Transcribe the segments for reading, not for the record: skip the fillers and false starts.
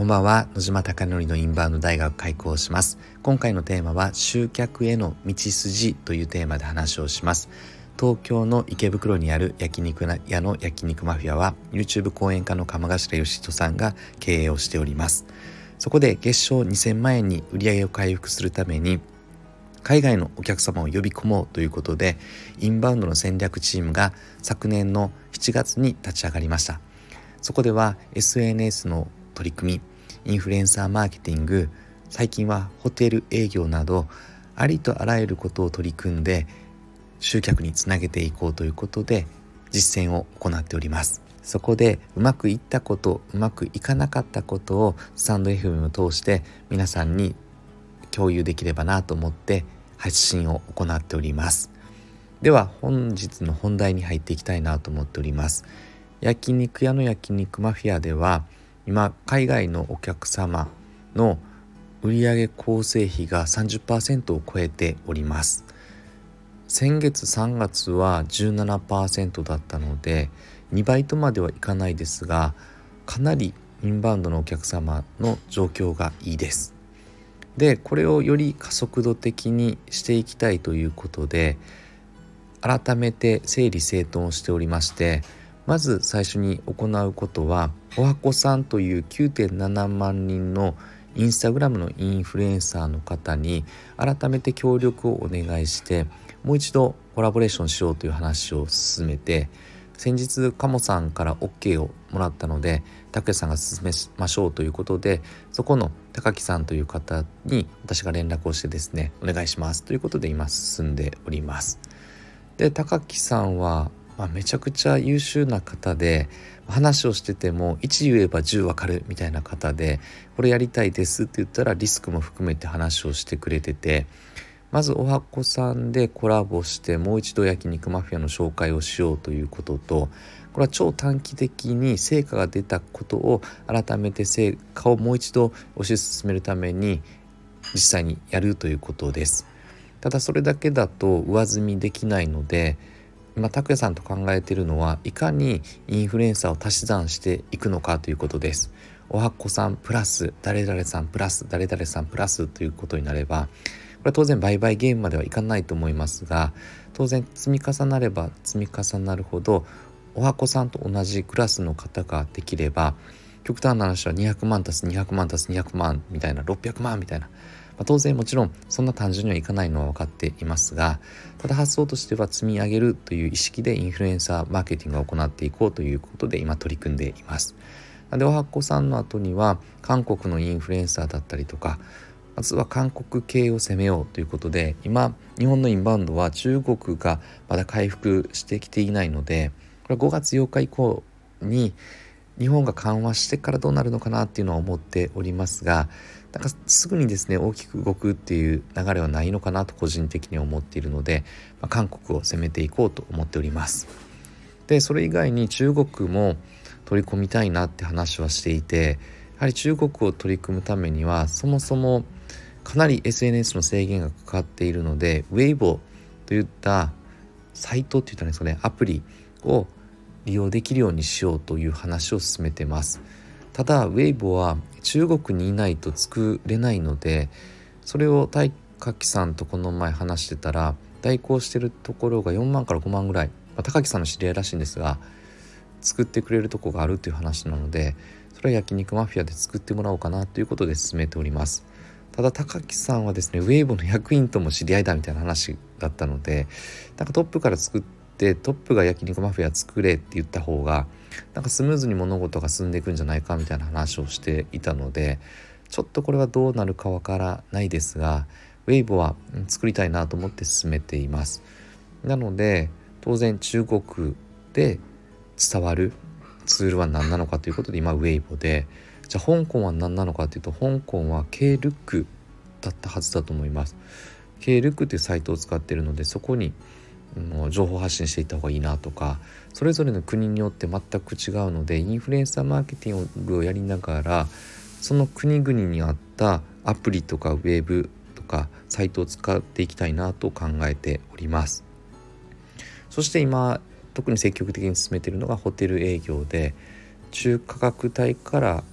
こんばんは。野島貴則のインバウンド大学開講します。今回のテーマは集客への道筋というテーマで話をします。東京の池袋にある焼肉屋の焼肉マフィアは YouTube 講演家の鎌頭義人さんが経営をしております。そこで月賞2000万円に売り上げを回復するために海外のお客様を呼び込もうということで、インバウンドの戦略チームが昨年の7月に立ち上がりました。そこでは SNS の取り組み、インフルエンサーマーケティング、最近はホテル営業などありとあらゆることを取り組んで集客につなげていこうということで実践を行っております。そこでうまくいったこと、うまくいかなかったことをスタンド FM を通して皆さんに共有できればなと思って発信を行っております。では本日の本題に入っていきたいなと思っております。焼肉屋の焼肉マフィアでは今海外のお客様の売上構成比が 30% を超えております。先月3月は 17% だったので2倍とまではいかないですが、かなりインバウンドのお客様の状況がいいです。でこれをより加速度的にしていきたいということで改めて整理整頓をしておりまして、まず最初に行うことはおはこさんという 9.7 万人のインスタグラムのインフルエンサーの方に改めて協力をお願いしてもう一度コラボレーションしようという話を進めて、先日カモさんから OK をもらったので拓也さんが進めましょうということで、そこの高木さんという方に私が連絡をしてですね、お願いしますということで今進んでおります。で高木さんはめちゃくちゃ優秀な方で、話をしてても1言えば10わかるみたいな方で、これやりたいですって言ったらリスクも含めて話をしてくれてて、まずおはこさんでコラボしてもう一度焼肉マフィアの紹介をしようということと、これは超短期的に成果が出たことを改めて成果をもう一度推し進めるために実際にやるということです。ただそれだけだと上積みできないので、今拓也さんと考えているのはいかにインフルエンサーを足し算していくのかということです。おはこさんプラス誰々さんプラス誰々さんプラスということになれば、これは当然売買ゲームまではいかないと思いますが、当然積み重なれば積み重なるほどおはこさんと同じクラスの方ができれば、極端な話は200万足す200万足す200万みたいな600万みたいな、当然もちろんそんな単純にはいかないのは分かっていますが、ただ発想としては積み上げるという意識でインフルエンサーマーケティングを行っていこうということで今取り組んでいます。でおはこさんの後には韓国のインフルエンサーだったりとか、まずは韓国系を攻めようということで、今日本のインバウンドは中国がまだ回復してきていないので、これ5月8日以降に日本が緩和してからどうなるのかなっていうのは思っておりますが、なんかすぐにですね大きく動くっていう流れはないのかなと個人的に思っているので、韓国を攻めていこうと思っております。でそれ以外に中国も取り込みたいなって話はしていて、やはり中国を取り組むためにはそもそもかなり SNS の制限がかかっているので、ウェイボといったサイトって言ったらいいんですかね、アプリを利用できるようにしようという話を進めています。ただウェイボは中国にいないと作れないので、それを高木さんとこの前話してたら代行してるところが4万から5万ぐらい、高木さんの知り合いらしいんですが作ってくれるとこがあるという話なので、それは焼肉マフィアで作ってもらおうかなということで進めております。ただ高木さんはですねウェイボの役員とも知り合いだみたいな話だったので、なんかトップから作ってトップが焼肉マフィア作れって言った方がなんかスムーズに物事が進んでいくんじゃないかみたいな話をしていたので、ちょっとこれはどうなるかわからないですが、ウェイボは作りたいなと思って進めています。なので当然中国で伝わるツールは何なのかということで今ウェイボで、じゃあ香港は何なのかというと、香港は Klook だったはずだと思います。 Klook というサイトを使っているので、そこに情報発信していった方がいいなとか、それぞれの国によって全く違うのでインフルエンサーマーケティングをやりながらその国々に合ったアプリとかウェブとかサイトを使っていきたいなと考えております。そして今特に積極的に進めているのがホテル営業で、中価格帯から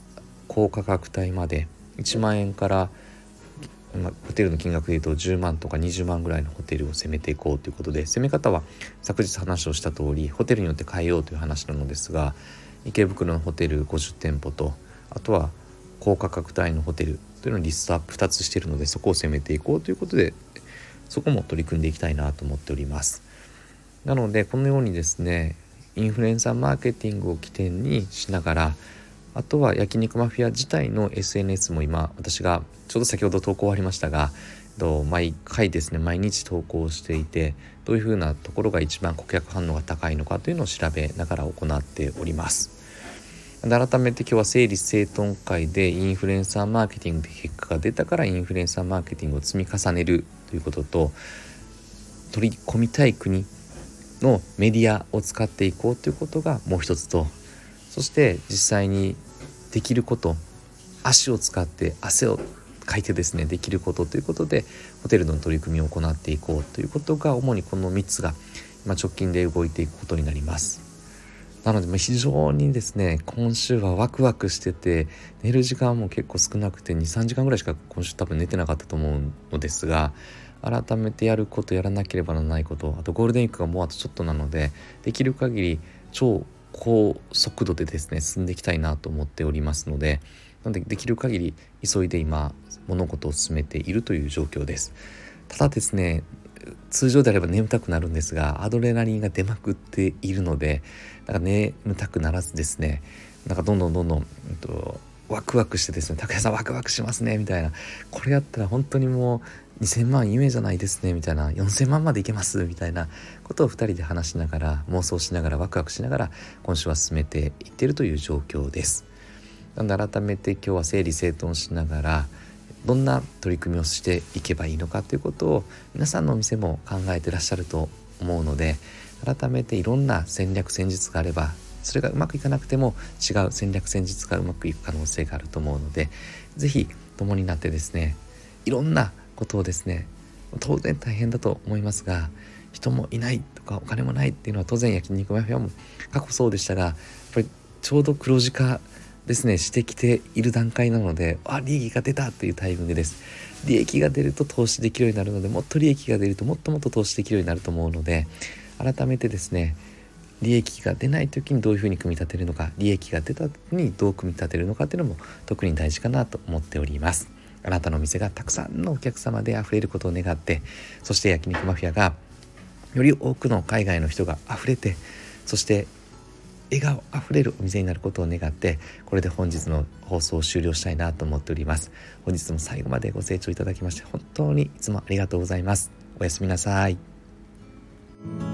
高価格帯まで1万円からホテルの金額でいうと10万とか20万ぐらいのホテルを攻めていこうということで、攻め方は昨日話をした通りホテルによって変えようという話なのですが、池袋のホテル50店舗と、あとは高価格帯のホテルというのをリストアップ2つしているので、そこを攻めていこうということで、そこも取り組んでいきたいなと思っております。なのでこのようにですね、インフルエンサーマーケティングを起点にしながら、あとは焼肉マフィア自体の SNS も今私がちょうど先ほど投稿ありましたが、毎回ですね毎日投稿していて、どういうふうなところが一番顧客反応が高いのかというのを調べながら行っております。で改めて今日は整理整頓会でインフルエンサーマーケティングで結果が出たからインフルエンサーマーケティングを積み重ねるということと、取り込みたい国のメディアを使っていこうということがもう一つと、そして実際にできること、足を使って汗をかいてですねできることということでホテルの取り組みを行っていこうということが、主にこの3つが今直近で動いていくことになります。なので非常にですね今週はワクワクしてて、寝る時間も結構少なくて 2,3 時間ぐらいしか今週多分寝てなかったと思うのですが、改めてやること、やらなければならないこと、あとゴールデンウィークがもうあとちょっとなので、できる限り超高速度でですね進んでいきたいなと思っておりますので、なのでできる限り急いで今物事を進めているという状況です。ただですね、通常であれば眠たくなるんですが、アドレナリンが出まくっているので、眠たくならずですね、どんどんワクワクしてですね、拓也さんワクワクしますねみたいな、これやったら本当にもう2000万夢じゃないですねみたいな、4000万までいけますみたいなことを2人で話しながら、妄想しながら、ワクワクしながら今週は進めていっているという状況です。なので改めて今日は整理整頓しながら、どんな取り組みをしていけばいいのかということを皆さんのお店も考えてらっしゃると思うので、改めていろんな戦略戦術があれば、それがうまくいかなくても違う戦略戦術がうまくいく可能性があると思うので、ぜひ共になってですね、いろんなことをですね、当然大変だと思いますが、人もいないとかお金もないっていうのは当然焼肉マフィアも過去そうでしたが、やっぱりちょうど黒字化ですねしてきている段階なので、利益が出たというタイミングです。利益が出ると投資できるようになるので、もっと利益が出るともっともっと投資できるようになると思うので、改めてですね、利益が出ない時にどういうふうに組み立てるのか、利益が出た時にどう組み立てるのかっていうのも特に大事かなと思っております。あなたのお店がたくさんのお客様で溢れることを願って、そして焼肉マフィアがより多くの海外の人が溢れて、そして笑顔あふれるお店になることを願って、これで本日の放送を終了したいなと思っております。本日も最後までご清聴いただきまして本当にいつもありがとうございます。おやすみなさい。